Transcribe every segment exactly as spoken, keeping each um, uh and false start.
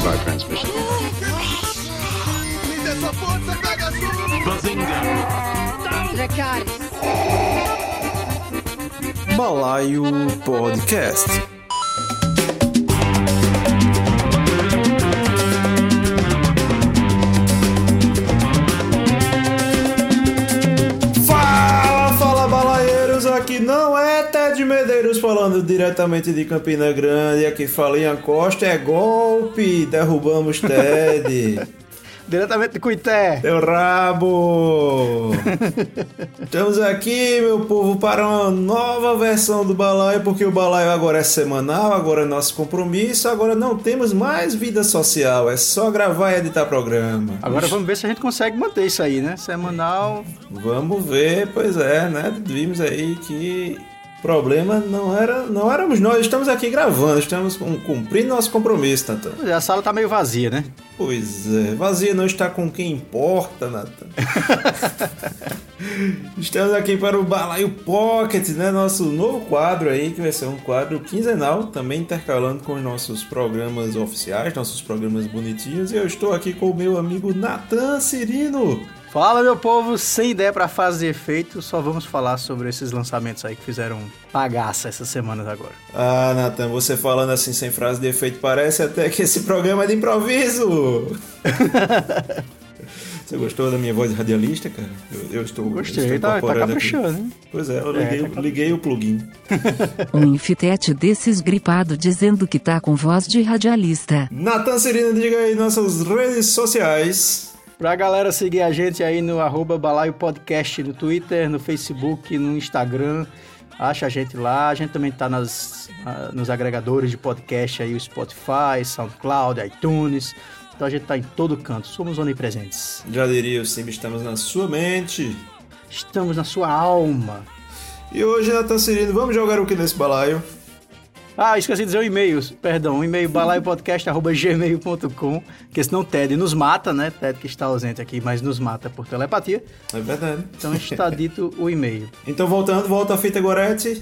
Levi transmission. Balaio Podcast. Fala, fala, balaeiros! Aqui não é Ted Medeiros falando diretamente de Campina Grande. Aqui fala Ian Costa, é golpe! Derrubamos Ted. Diretamente de Cuité. Teu rabo! Estamos aqui, meu povo, para uma nova versão do Balaio, porque o Balaio agora é semanal, agora é nosso compromisso, agora não temos mais vida social, é só gravar e editar programa. Agora vamos ver se a gente consegue manter isso aí, né? Semanal. Vamos ver, pois é, né? Vimos aí que o problema não era, não éramos nós, estamos aqui gravando, estamos cumprindo nosso compromisso, Natan. Pois é, a sala tá meio vazia, né? Pois é, vazia não está com quem importa, Natan. Estamos aqui para o Balaio Pocket, né? Nosso novo quadro aí, que vai ser um quadro quinzenal, também intercalando com os nossos programas oficiais, nossos programas bonitinhos. E eu estou aqui com o meu amigo Natan Cirino. Fala, meu povo, sem ideia pra fase de efeito, só vamos falar sobre esses lançamentos aí que fizeram bagaça essas semanas agora. Ah, Natan, você falando assim sem frase de efeito, parece até que esse programa é de improviso. Você gostou da minha voz de radialista, cara? Eu, eu estou Gostei, eu estou tá, tá caprichando, né? Pois é, eu liguei, é, tá liguei o plugin. Um infitete desses gripado dizendo que tá com voz de radialista. Natan Cirino, diga aí nossas redes sociais. Pra galera seguir a gente aí no arroba Balaio Podcast, no Twitter, no Facebook, no Instagram, acha a gente lá. A gente também tá nas, nos agregadores de podcast aí, o Spotify, SoundCloud, iTunes. Então a gente tá em todo canto, somos onipresentes. Já diria eu sempre, estamos na sua mente. Estamos na sua alma. E hoje, Natan Cirino, vamos jogar o que nesse balaio? Ah, esqueci de dizer o e-mail, perdão, o e-mail balaiopodcast arroba gmail ponto com, porque senão o Ted nos mata, né? Ted que está ausente aqui, mas nos mata por telepatia. É verdade. Então está dito o e-mail. Então voltando, volta a fita Gorete.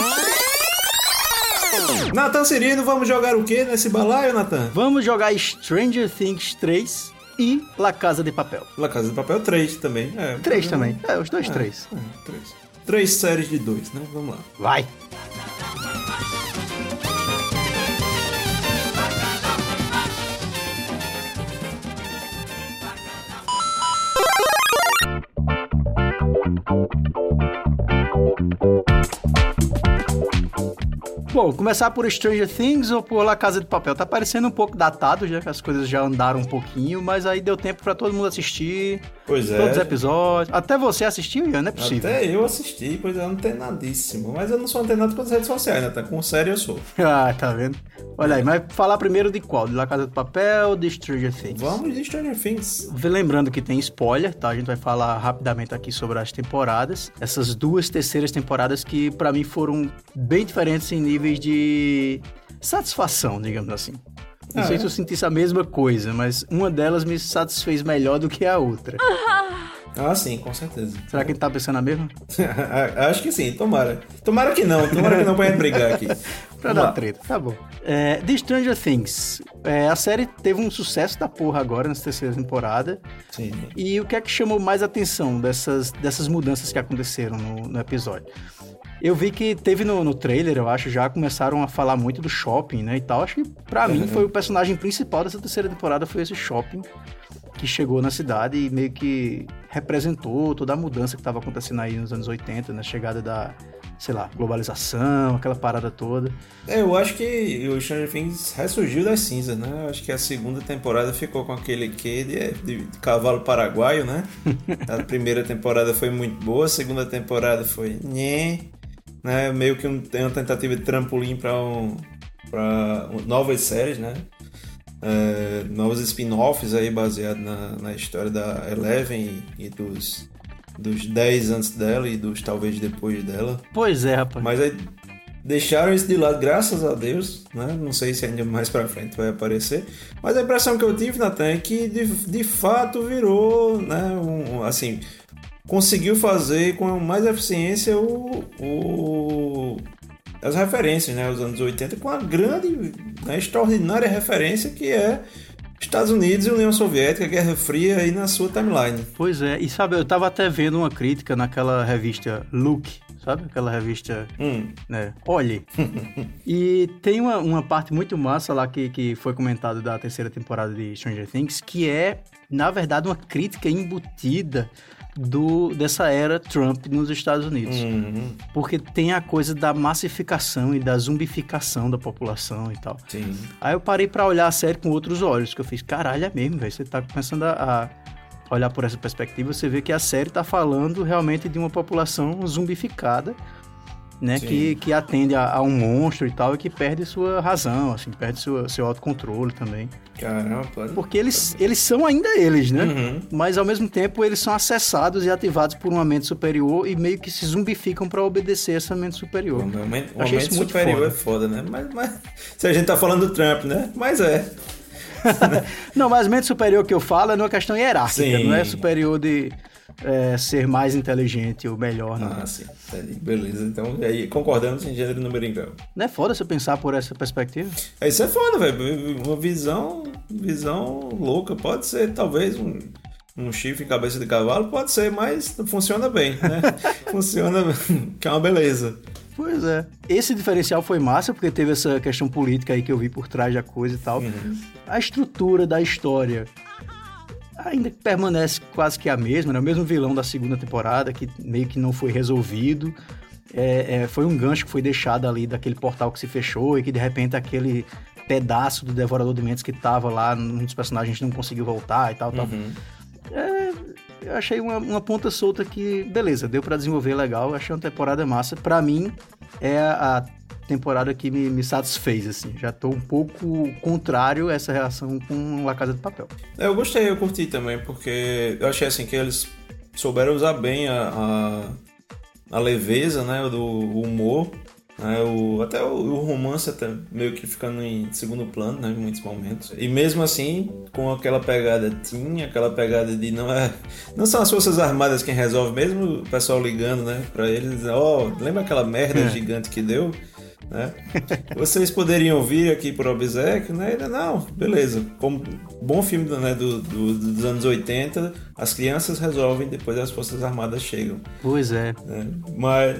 Natan Cirino, vamos jogar o que nesse balaio, Natan? Vamos jogar Stranger Things três e La Casa de Papel. La Casa de Papel três também. É, três é, também, é, os dois é, três. É, três. Três séries de dois, né? Vamos lá. Vai! Bom, começar por Stranger Things ou por La Casa de Papel? Tá parecendo um pouco datado, já que as coisas já andaram um pouquinho, mas aí deu tempo pra todo mundo assistir. Pois é. Todos os episódios. Até você assistiu, Ian? Não é possível. Até eu assisti, pois é, antenadíssimo. Mas eu não sou antenado com as redes sociais, né? Tá com série eu sou. Ah, tá vendo? Olha aí, mas falar primeiro de qual? De La Casa de Papel ou de Stranger Things? Vamos de Stranger Things. Lembrando que tem spoiler, tá? A gente vai falar rapidamente aqui sobre as temporadas. Essas duas terceiras temporadas que pra mim foram bem diferentes em níveis de satisfação, digamos assim. Não ah, sei é? se eu sentisse a mesma coisa, mas uma delas me satisfez melhor do que a outra. Ah, sim, com certeza. Será que a gente tá pensando a mesma? Acho que sim, tomara. Tomara que não, tomara que não pra gente brigar aqui. Pra dar treta, tá bom. É, The Stranger Things. É, a série teve um sucesso da porra agora, nessa terceira temporada. Sim. E o que é que chamou mais atenção dessas, dessas mudanças que aconteceram no, no episódio? Eu vi que teve no, no trailer, eu acho, já começaram a falar muito do shopping, né, e tal. Acho que pra uhum. mim foi o personagem principal dessa terceira temporada, foi esse shopping que chegou na cidade e meio que representou toda a mudança que estava acontecendo aí nos anos oitenta, na chegada da, sei lá, globalização, aquela parada toda. É, eu acho que o Stranger Things ressurgiu das cinzas, né? Eu acho que a segunda temporada ficou com aquele quê de, de, de cavalo paraguaio, né? A primeira temporada foi muito boa, a segunda temporada foi nhé, né? Meio que um, uma tentativa de trampolim para um, para novas séries, né? É, novos spin-offs aí baseados na, na história da Eleven e, e dos, dos dez antes dela e dos talvez depois dela. Pois é, rapaz. Mas aí deixaram isso de lado, graças a Deus, né? Não sei se ainda mais pra frente vai aparecer, mas a impressão que eu tive, Natan, é que de, de fato virou, né, um, assim, conseguiu fazer com mais eficiência o, o, as referências, né, os anos oitenta, com a grande, né, extraordinária referência que é Estados Unidos e União Soviética, Guerra Fria aí na sua timeline. Pois é, e sabe, eu tava até vendo uma crítica naquela revista Look, sabe? Aquela revista, hum. né? Olhe. E tem uma, uma parte muito massa lá que, que foi comentada da terceira temporada de Stranger Things, que é, na verdade, uma crítica embutida do, dessa era Trump nos Estados Unidos. Uhum. Porque tem a coisa da massificação e da zumbificação da população e tal. Sim. Aí eu parei pra olhar a série com outros olhos, que eu fiz, caralho, é mesmo, velho. Você tá começando a, a olhar por essa perspectiva, você vê que a série tá falando realmente de uma população zumbificada, né? Que, que atende a, a um monstro e tal, e que perde sua razão, assim, perde sua, seu autocontrole também. Caramba, pode... Porque eles, eles são ainda eles, né? Uhum. Mas ao mesmo tempo eles são acessados e ativados por uma mente superior e meio que se zumbificam pra obedecer essa mente superior. O mente, Achei mente isso muito superior foda. é foda, né? Mas, mas se a gente tá falando do Trump, né? Mas é. Não, mas mente superior que eu falo é numa questão hierárquica, Sim. não é superior de é, ser mais inteligente ou melhor, não. Ah, sim. Beleza. Então, aí concordamos em gênero número grau. Não é foda você pensar por essa perspectiva? Isso é foda, velho. Uma visão, visão louca. Pode ser, talvez, um, um chifre em cabeça de cavalo, pode ser, mas funciona bem, né? Funciona, que é uma beleza. Pois é. Esse diferencial foi massa, porque teve essa questão política aí que eu vi por trás da coisa e tal. Uhum. A estrutura da história ainda permanece quase que a mesma, né? O mesmo vilão da segunda temporada, que meio que não foi resolvido. É, é, foi um gancho que foi deixado ali daquele portal que se fechou e que de repente aquele pedaço do Devorador de Mentes que tava lá, um dos personagens não conseguiu voltar e tal, tal. Uhum. É, eu achei uma, uma ponta solta que, beleza, deu pra desenvolver legal, achei uma temporada massa. Pra mim, é a temporada que me, me satisfez, assim. Já tô um pouco contrário a essa relação com La Casa de Papel. Eu gostei, eu curti também, porque eu achei assim que eles souberam usar bem a, a, a leveza, né, do humor, né, o, até o, o romance até meio que ficando em segundo plano, né, em muitos momentos. E mesmo assim, com aquela pegada teen, aquela pegada de não é... Não são as Forças Armadas quem resolve, mesmo o pessoal ligando, né, pra eles, ó, oh, lembra aquela merda é. gigante que deu? Né? Vocês poderiam vir aqui por obséquio, né? Não, beleza. Como bom filme, né, do, do, dos anos oitenta, as crianças resolvem, depois as Forças Armadas chegam. Pois é. Né? Mas,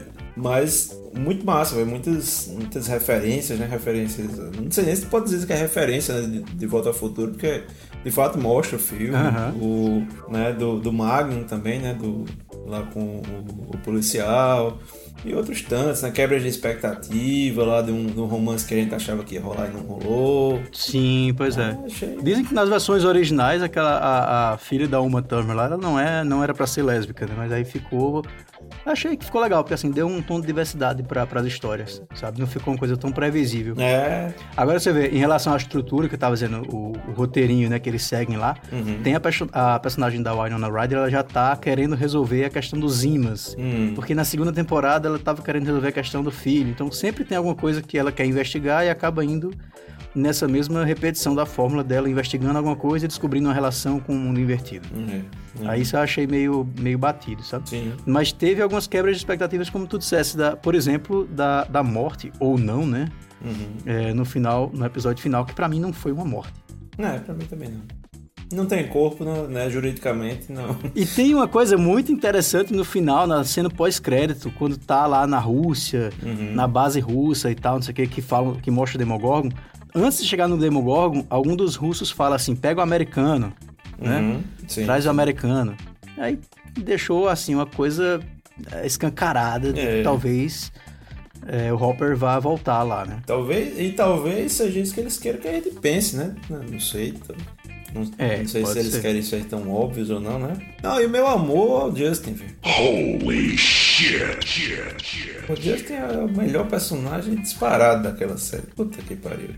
mas muito massa, véio. Muitas, muitas referências, né? Referências. Não sei nem se pode dizer que é referência, né, de, de Volta ao Futuro, porque de fato mostra o filme, uh-huh. o, né, do, do Magnum também, né? Do, lá com o, o policial. E outros tantos, né? Quebra de expectativa lá de um, de um romance que a gente achava que ia rolar e não rolou. Sim, pois ah, é. Achei... Dizem que nas versões originais, aquela, a, a filha da Uma Thurman lá, ela não, é, não era pra ser lésbica, né? Mas aí ficou... Achei que ficou legal, porque assim, deu um tom de diversidade para as histórias, sabe? Não ficou uma coisa tão previsível. É. Agora você vê, em relação à estrutura, que eu tava dizendo, o, o roteirinho, né, que eles seguem lá, uhum. tem a, a personagem da Winona Ryder, ela já tá querendo resolver a questão dos imãs. Uhum. Porque na segunda temporada ela tava querendo resolver a questão do filho. Então sempre tem alguma coisa que ela quer investigar e acaba indo nessa mesma repetição da fórmula dela, investigando alguma coisa e descobrindo uma relação com o mundo invertido. Uhum. Uhum. Aí isso eu achei meio, meio batido, sabe? Sim. Mas teve algumas quebras de expectativas, como tu dissesse, da, por exemplo, da, da morte, ou não, né? Uhum. É, no final, no episódio final, que pra mim não foi uma morte. Não, pra mim também não. Não tem corpo, não, né? Juridicamente, não. E tem uma coisa muito interessante no final, na cena pós-crédito, quando tá lá na Rússia, uhum. na base russa e tal, não sei o que, que, falam, que mostra o Demogorgon. Antes de chegar no Demogorgon, algum dos russos fala assim, pega o americano, né? Uhum, sim, Traz sim. o americano. Aí deixou, assim, uma coisa escancarada, é. talvez é, o Hopper vá voltar lá, né? Talvez, e talvez seja isso que eles queiram que a gente pense, né? Não, não sei, não, é, não sei se ser. eles querem ser tão óbvios ou não, né? Não, e o meu amor ao Justin, velho. Holy shit, shit, shit. O Justin é o melhor personagem disparado daquela série. Puta que pariu.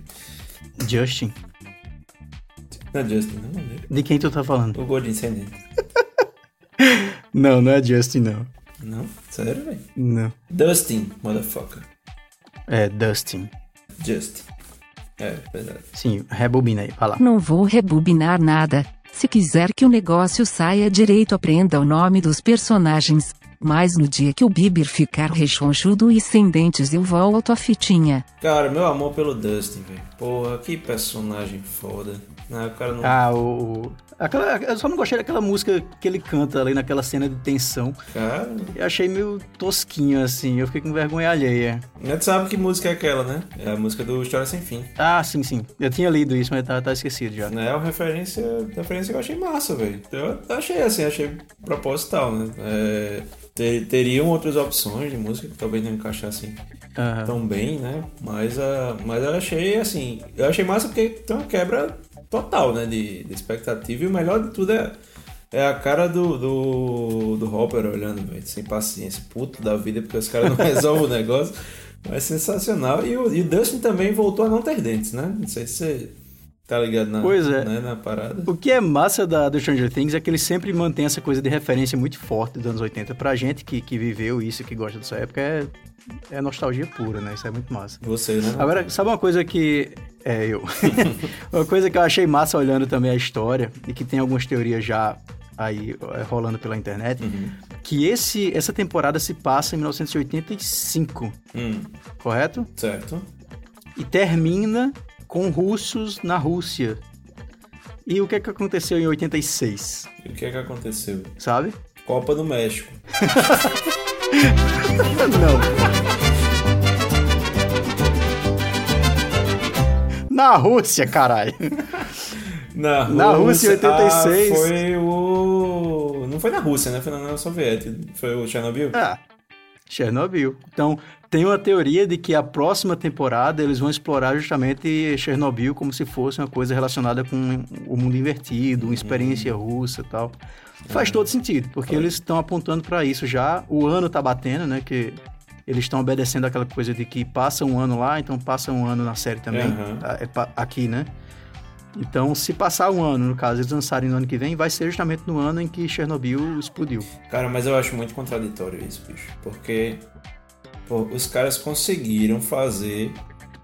Justin? Não é Justin, não, não é? De quem tu tá falando? O Gordinho Sem Dente. Não, não é Justin, não. Não? Sério, velho? Não. Dustin, motherfucker. É, Dustin. Justin. É, verdade. Sim, rebobina aí, vai lá. Não vou rebobinar nada. Se quiser que o negócio saia direito, aprenda o nome dos personagens. Mas no dia que o Bieber ficar rechonchudo e sem dentes eu volto a fitinha. Cara, meu amor pelo Dustin, velho. Porra, que personagem foda. Não, o cara não... Ah, o... Aquela, eu só não gostei daquela música que ele canta ali naquela cena de tensão. Cara... Eu achei meio tosquinho, assim. Eu fiquei com vergonha alheia. A gente sabe que música é aquela, né? É a música do História Sem Fim. Ah, sim, sim. Eu tinha lido isso, mas tá, tá esquecido já. É uma referência, referência que eu achei massa, velho. Eu achei assim, achei proposital, né? É, ter, teriam outras opções de música que talvez não encaixassem uhum. tão bem, né? Mas, uh, mas eu achei assim... Eu achei massa porque tem uma quebra... total, né, de, de expectativa, e o melhor de tudo é, é a cara do, do, do Hopper olhando, velho, sem paciência, puto da vida, porque os caras não resolvem o negócio, mas sensacional, e o, e o Dustin também voltou a não ter dentes, né, não sei se você tá ligado na, pois é. né, na parada. O que é massa da, do Stranger Things é que ele sempre mantém essa coisa de referência muito forte dos anos oitenta, pra gente que, que viveu isso, que gosta dessa época, é... É nostalgia pura, né? Isso é muito massa. Você, né? Agora, sabe uma coisa que... É, eu. Uma coisa que eu achei massa olhando também a história, e que tem algumas teorias já aí rolando pela internet, uhum. que esse, essa temporada se passa em mil novecentos e oitenta e cinco, hum. correto? Certo. E termina com russos na Rússia. E o que é que aconteceu em oitenta e seis? E o que é que aconteceu? Sabe? Copa do México. Não. Na Rússia, caralho. Na Rússia, na Rússia em oitenta e seis. Ah, foi o... Não foi na Rússia, né? Foi na União Soviética. Foi o Chernobyl? Ah, Chernobyl. Então, tem uma teoria de que a próxima temporada eles vão explorar justamente Chernobyl como se fosse uma coisa relacionada com o mundo invertido, uma experiência uhum. russa e tal. Faz uhum. todo sentido, porque foi. Eles estão apontando para isso já. O ano tá batendo, né? Que eles estão obedecendo aquela coisa de que passa um ano lá, então passa um ano na série também, uhum. aqui, né? Então, se passar um ano, no caso, eles lançarem no ano que vem, vai ser justamente no ano em que Chernobyl explodiu. Cara, mas eu acho muito contraditório isso, bicho. Porque pô, os caras conseguiram fazer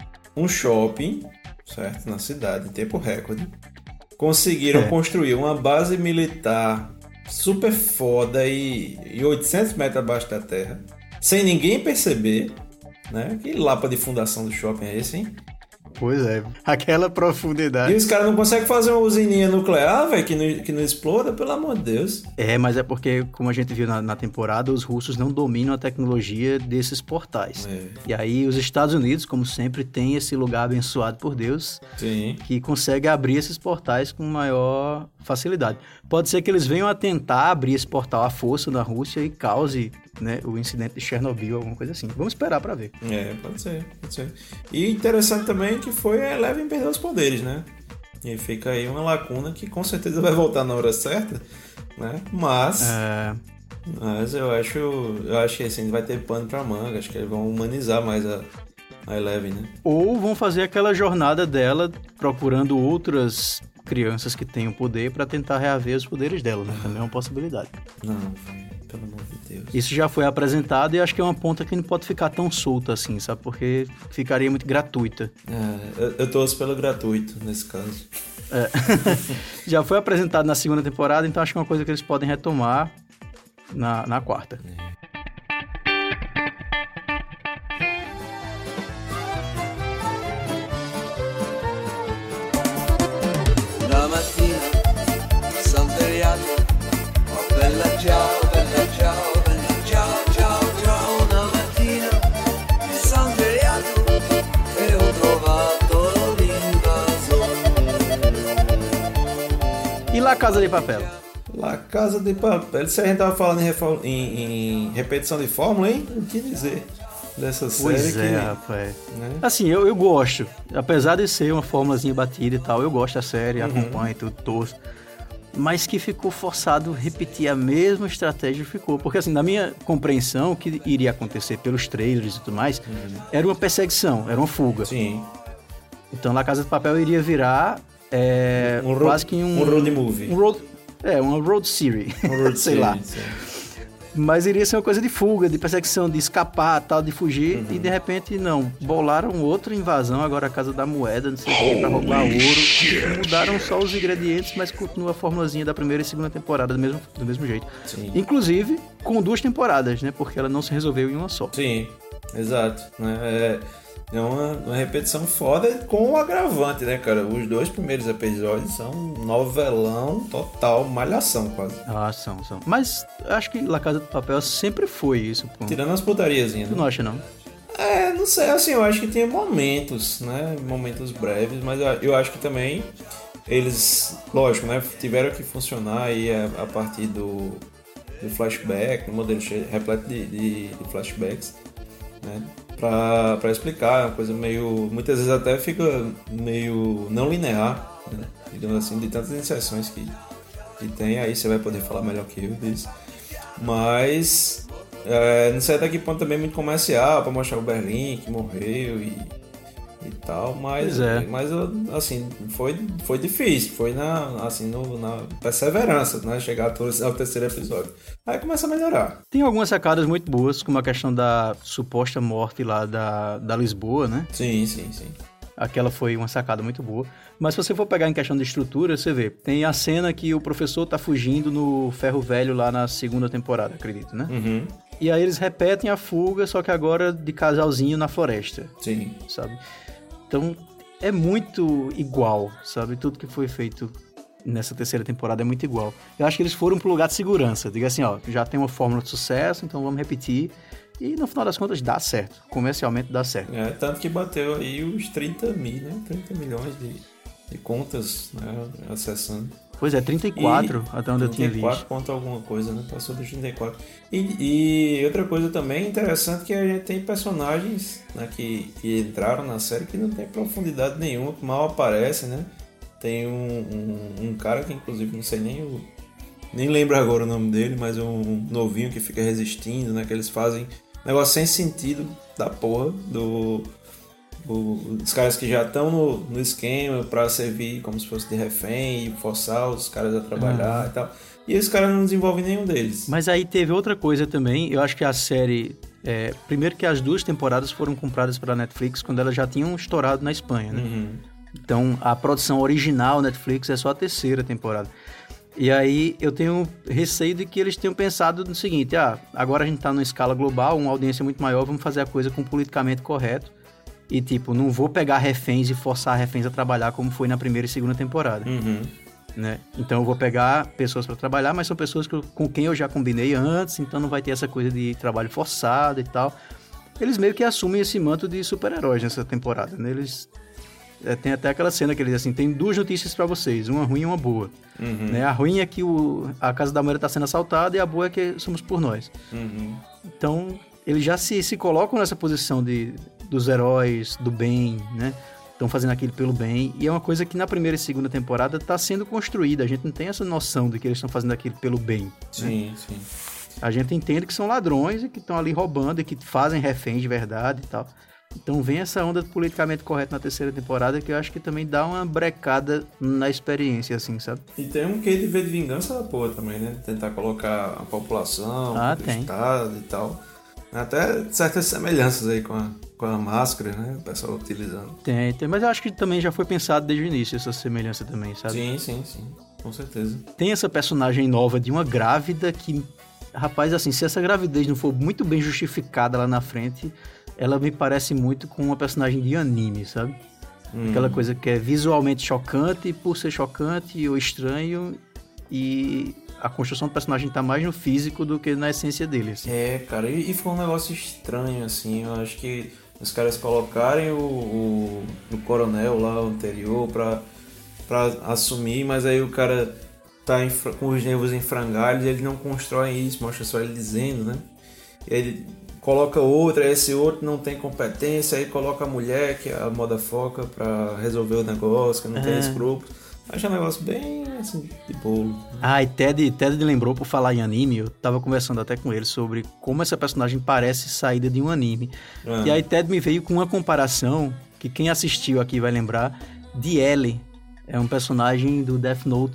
um shopping, certo? Na cidade, em tempo recorde. Conseguiram é. construir uma base militar super foda e, e oitocentos metros abaixo da terra. Sem ninguém perceber, né? Que lapa de fundação do shopping é esse, hein? Pois é, aquela profundidade. E os caras não conseguem fazer uma usininha nuclear, velho, que não, que não exploda, pelo amor de Deus. É, mas é porque, como a gente viu na, na temporada, os russos não dominam a tecnologia desses portais. É. E aí os Estados Unidos, como sempre, tem esse lugar abençoado por Deus, Sim. que consegue abrir esses portais com maior facilidade. Pode ser que eles venham a tentar abrir esse portal à força na Rússia e cause, né, o incidente de Chernobyl, alguma coisa assim. Vamos esperar pra ver. É, pode ser, pode ser. E interessante também que foi a Eleven perder os poderes, né? E fica aí uma lacuna que com certeza vai voltar na hora certa, né? Mas... É... Mas eu acho, eu acho que assim, vai ter pano pra manga. Acho que eles vão humanizar mais a, a Eleven, né? Ou vão fazer aquela jornada dela procurando outras crianças que tenham poder pra tentar reaver os poderes dela, né? Também é uma possibilidade. Não, pelo amor de Deus. Isso já foi apresentado e acho que é uma ponta que não pode ficar tão solta assim, sabe? Porque ficaria muito gratuita. É, eu, eu torço pelo gratuito nesse caso. É. Já foi apresentado na segunda temporada, então acho que é uma coisa que eles podem retomar na, na quarta. É. E La Casa de Papel? La Casa de Papel. Se a gente tava falando em, em, em repetição de fórmula, hein? O que dizer dessa série? Pois é, que, rapaz. Né? Assim, eu, eu gosto. Apesar de ser uma fórmulazinha batida e tal, eu gosto da série, uhum. acompanho tudo, torço. Mas que ficou forçado repetir a mesma estratégia, ficou. Porque, assim, na minha compreensão, o que iria acontecer pelos trailers e tudo mais, uhum. era uma perseguição, era uma fuga. Sim. Então, La Casa de Papel iria virar... É, um quase road, que um... Um road movie. Um road, é, uma road series. Um road sei lá. Sim. Mas iria ser uma coisa de fuga, de perseguição, de escapar, tal, de fugir. Uhum. E de repente, não. Bolaram outra invasão, agora a Casa da Moeda, não sei o que, pra roubar ouro. Mudaram só os ingredientes, mas continua a formulazinha da primeira e segunda temporada do mesmo, do mesmo jeito. Sim. Inclusive, com duas temporadas, né? Porque ela não se resolveu em uma só. Sim, exato. Né? É... É uma, uma repetição foda com o agravante, né, cara? Os dois primeiros episódios são novelão total, malhação quase. Ah, são, são. Mas acho que La Casa de Papel sempre foi isso, pô. Tirando as putariazinhas, Tu né? não acha, não? É, não sei, assim, eu acho que tinha momentos, né? Momentos breves, mas eu acho que também eles, lógico, né? Tiveram que funcionar aí a, a partir do, do flashback, do modelo repleto de, de, de flashbacks, né? Pra, pra explicar, uma coisa meio... Muitas vezes até fica meio não linear, né? Digamos assim, de tantas inserções que, que tem, aí você vai poder falar melhor que eu disso. Mas é, não sei até que ponto também é muito comercial, pra mostrar o Berlim que morreu e, e tal, mas, é. mas assim, foi, foi difícil, foi na, assim, no, na perseverança, né? Chegar ao terceiro episódio. Aí começa a melhorar. Tem algumas sacadas muito boas, como a questão da suposta morte lá da, da Lisboa, né? Sim, sim, sim. Aquela foi uma sacada muito boa. Mas se você for pegar em questão de estrutura, você vê. Tem a cena que o professor tá fugindo no Ferro Velho lá na segunda temporada, acredito, né? Uhum. E aí eles repetem a fuga, só que agora de casalzinho na floresta. Sim. Sabe? Então, é muito igual, sabe? Tudo que foi feito nessa terceira temporada é muito igual. Eu acho que eles foram pro lugar de segurança. Diga assim, ó, já tem uma fórmula de sucesso, então vamos repetir. E no final das contas dá certo. Comercialmente dá certo. É, tanto que bateu aí os trinta mil, né? trinta milhões de, de contas, né? Acessando. Pois é, trinta e quatro, e, até onde eu tinha visto. trinta e quatro ponto alguma coisa, né? Passou dos trinta e quatro. E, e outra coisa também interessante que a gente tem personagens, né, que, que entraram na série que não tem profundidade nenhuma, que mal aparece, né? Tem um, um, um cara que inclusive não sei nem o... Nem lembro agora o nome dele, mas um novinho que fica resistindo, né? Que eles fazem negócio sem sentido da porra do... O, os caras que já estão no, no esquema pra servir como se fosse de refém e forçar os caras a trabalhar uhum. e tal. E os caras não desenvolvem nenhum deles. Mas aí teve outra coisa também. Eu acho que a série... É, primeiro que as duas temporadas foram compradas pela Netflix quando elas já tinham estourado na Espanha, né? Uhum. Então, a produção original Netflix é só a terceira temporada. E aí eu tenho receio de que eles tenham pensado no seguinte, ah, agora a gente tá numa escala global, uma audiência muito maior, vamos fazer a coisa com o politicamente correto. E tipo, não vou pegar reféns e forçar reféns a trabalhar como foi na primeira e segunda temporada. Uhum. Né? Então eu vou pegar pessoas para trabalhar, mas são pessoas que eu, com quem eu já combinei antes, então não vai ter essa coisa de trabalho forçado e tal. Eles meio que assumem esse manto de super-heróis nessa temporada, né? Eles... É, tem até aquela cena que ele diz assim, tem duas notícias pra vocês, uma ruim e uma boa. Uhum. Né? A ruim é que o, a Casa da Moeda tá sendo assaltada e a boa é que somos por nós. Uhum. Então, eles já se, se colocam nessa posição de, dos heróis, do bem, né? Estão fazendo aquilo pelo bem. E é uma coisa que na primeira e segunda temporada tá sendo construída. A gente não tem essa noção de que eles estão fazendo aquilo pelo bem. Sim, né? sim. A gente entende que são ladrões e que estão ali roubando e que fazem reféns de verdade e tal. Então vem essa onda do politicamente correto na terceira temporada que eu acho que também dá uma brecada na experiência, assim, sabe? E tem um quê de ver de vingança da porra também, né? Tentar colocar a população, ah, o tem. estado e tal. Até certas semelhanças aí com a, com a máscara, né? O pessoal utilizando. Tem, tem, mas eu acho que também já foi pensado desde o início essa semelhança também, sabe? Sim, sim, sim. Com certeza. Tem essa personagem nova de uma grávida que, rapaz, assim, se essa gravidez não for muito bem justificada lá na frente... Ela me parece muito com uma personagem de anime, sabe? Hum. Aquela coisa que é visualmente chocante, por ser chocante ou estranho, e a construção do personagem tá mais no físico do que na essência dele, assim. É, cara, e, e foi um negócio estranho, assim, eu acho que os caras colocarem o, o, o coronel lá, o anterior, pra, pra assumir, mas aí o cara tá em, com os nervos em frangalhos e ele não constrói isso, mostra só ele dizendo, né? E ele... coloca outra, esse outro não tem competência, aí coloca a mulher, que é a moda foca, pra resolver o negócio, que não é. tem escrúpulos. Acho um negócio bem, assim, de bolo. Ah, e Ted, Ted lembrou, por falar em anime, eu tava conversando até com ele sobre como essa personagem parece saída de um anime. Ah. E aí Ted me veio com uma comparação, que quem assistiu aqui vai lembrar, de Ellie. É um personagem do Death Note,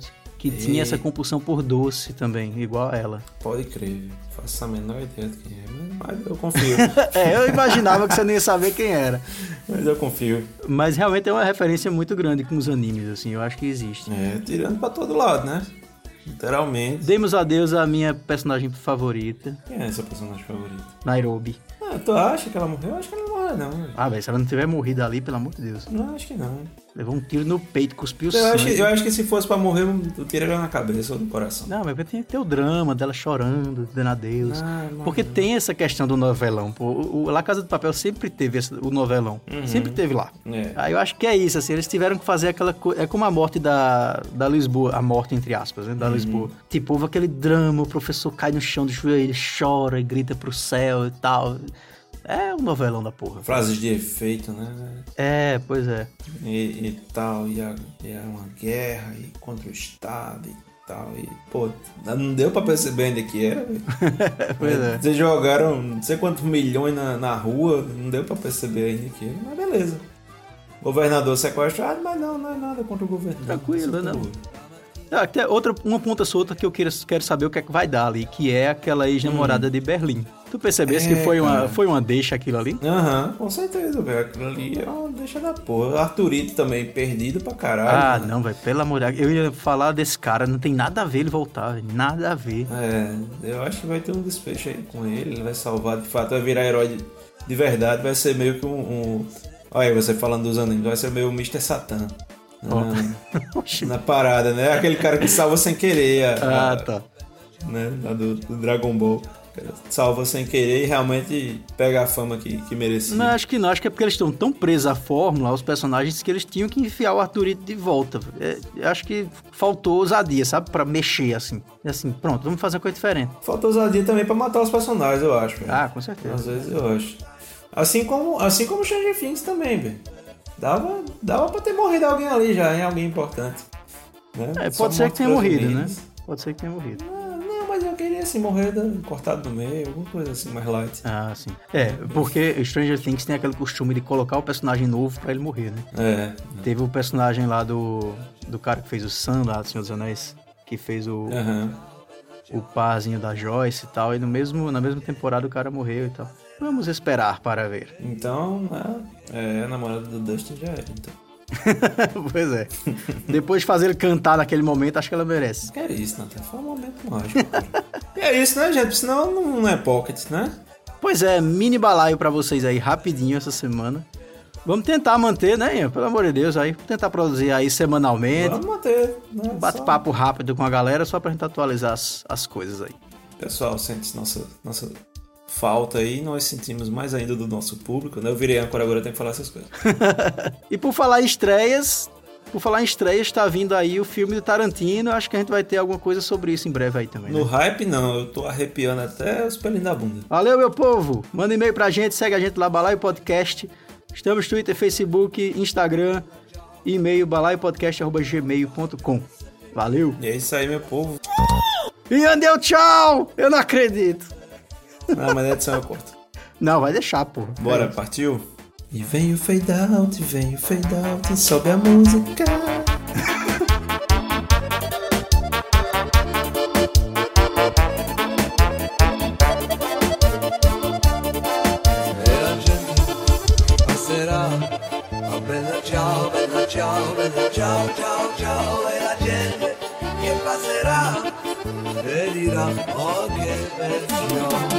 que Ei. tinha essa compulsão por doce também, igual a ela. Pode crer, faço a menor ideia de quem é, mas eu confio. É, eu imaginava que você nem ia saber quem era. Mas eu confio. Mas realmente é uma referência muito grande com os animes, assim, eu acho que existe. É, tirando pra todo lado, né? Literalmente. Demos adeus à minha personagem favorita, Quem é seu personagem favorito? Nairobi. Ah, tu acha que ela morreu? Eu acho que ela não morreu, não. velho. Ah, velho, se ela não tiver morrido ali, pelo amor de Deus. Não, acho que não. Levou um tiro no peito, cuspiu Eu sangue. acho, que, eu acho que se fosse pra morrer, eu tiraria na cabeça ou no coração. Não, mas tem que ter o drama dela chorando, dando adeus. Ah, não, Porque não. tem tem essa questão do novelão. Pô. O, o La Casa de Papel sempre teve esse- o novelão. Uhum. Sempre teve lá. É. Aí eu acho que é isso, assim, eles tiveram que fazer aquela coisa. É como a morte da, da Lisboa, a morte, entre aspas, né, da Uhum. Lisboa. Tipo, houve aquele drama, o professor cai no chão de joelho, chora e grita pro céu e tal. É um novelão da porra. Frases de efeito, né? É, pois é. E, e tal, e, a, e é uma guerra e contra o Estado e tal. E, pô, não deu pra perceber ainda que era, velho. Pois é. Vocês jogaram não sei quantos milhões na, na rua, não deu pra perceber ainda que era, mas beleza. Governador sequestrado, mas não, não é nada contra o governo. Tranquilo, Isso não. tudo. Ah, tem outra, uma ponta solta que eu quero, quero saber o que é que vai dar ali, que é aquela ex-namorada de Berlim. Tu percebesse É, que foi uma, cara. foi uma deixa aquilo ali? Aham, com certeza, velho. Aquilo ali é uma deixa da porra. Arthurito também, perdido pra caralho. Ah, né? não, velho, pelo amor de Deus. Eu ia falar desse cara, não tem nada a ver ele voltar, velho, nada a ver. É, eu acho que vai ter um desfecho aí com ele, ele vai salvar, de fato, vai virar herói de, de verdade, vai ser meio que um... um... Olha aí, você falando dos animes, vai ser meio o mister Satan. Oxi. Na, na parada, né? Aquele cara que salva sem querer. A, Ah, a- tá. Né? Lá do, do Dragon Ball. Salva sem querer e realmente pega a fama que, que merecia. Não, acho que não, acho que é porque eles estão tão presos à fórmula, aos personagens, que eles tinham que enfiar o Arthurito de volta. É, eu acho que faltou ousadia, sabe? Pra mexer, assim. E assim, pronto, vamos fazer uma coisa diferente. Falta ousadia também pra matar os personagens, eu acho. velho. Ah, com Às certeza. vezes eu acho. Assim como, assim como Stranger Things também, velho. Dava, dava pra ter morrido alguém ali já, hein? Alguém importante. Né? É, Só pode ser que morte tenha morrido, né? meninos. Pode ser que tenha morrido. Ah, não, mas eu queria assim, morrer da- cortado no meio, alguma coisa assim, mais light. Ah, sim. É, porque Stranger Things tem aquele costume de colocar o personagem novo pra ele morrer, né? É. Teve o personagem lá do, do cara que fez o Sam lá do Senhor dos Anéis, que fez o, Aham. o parzinho da Joyce e tal, e no mesmo, na mesma temporada o cara morreu e tal. Vamos esperar para ver. Então, né, é, a namorada do Dustin já era, então. Pois é. Depois de fazer ele cantar naquele momento, acho que ela merece. Que é isso, Nathan? Foi um momento mágico, cara. E é isso, né, gente? Senão não, não é pocket, né? Pois é, mini balaio pra vocês aí rapidinho essa semana. Vamos tentar manter, né, Ian? Pelo amor de Deus, aí tentar produzir aí semanalmente. Vamos manter, né? Um bate Só- papo rápido com a galera só pra gente atualizar as, as coisas aí. Pessoal, sente nossa, nossa falta aí, nós sentimos mais ainda do nosso público, né? Eu virei âncora, agora eu tenho que falar essas coisas. E por falar em estreias, por falar em estreias, tá vindo aí o filme do Tarantino. Acho que a gente vai ter alguma coisa sobre isso em breve aí também, né? No hype, não, eu tô arrepiando até os pelinhos da bunda. Valeu, meu povo! Manda e-mail pra gente, segue a gente lá, Balaio Podcast. Estamos no Twitter, Facebook, Instagram, e-mail balaiopodcast arroba gmail ponto com. Valeu! E é isso aí, meu povo. E andeu, tchau! Eu não acredito! Ah, mas na edição eu corto. Não, vai deixar, pô. Bora, partiu? E vem o fade out, vem o fade out, sobe a música. E la gente passerà, oh bella ciao, bella ciao, bella ciao, ciao, ciao, e la gente che passerà e dirà, oh che bel fiore,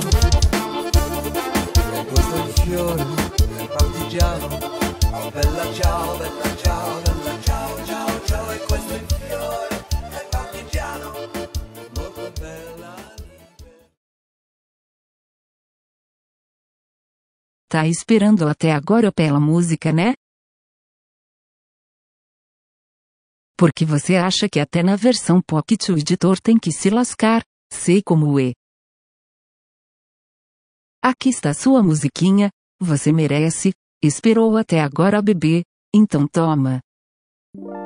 e questo è il fiore del partigiano, oh bella ciao, bella ciao, bella ciao, ciao, ciao, e questo è il fiore del partigiano, molto bella. Tá esperando até agora pela música, né? Porque você acha que até na versão Pocket o editor tem que se lascar? Sei como é. Aqui está sua musiquinha, você merece, esperou até agora bebê, então toma.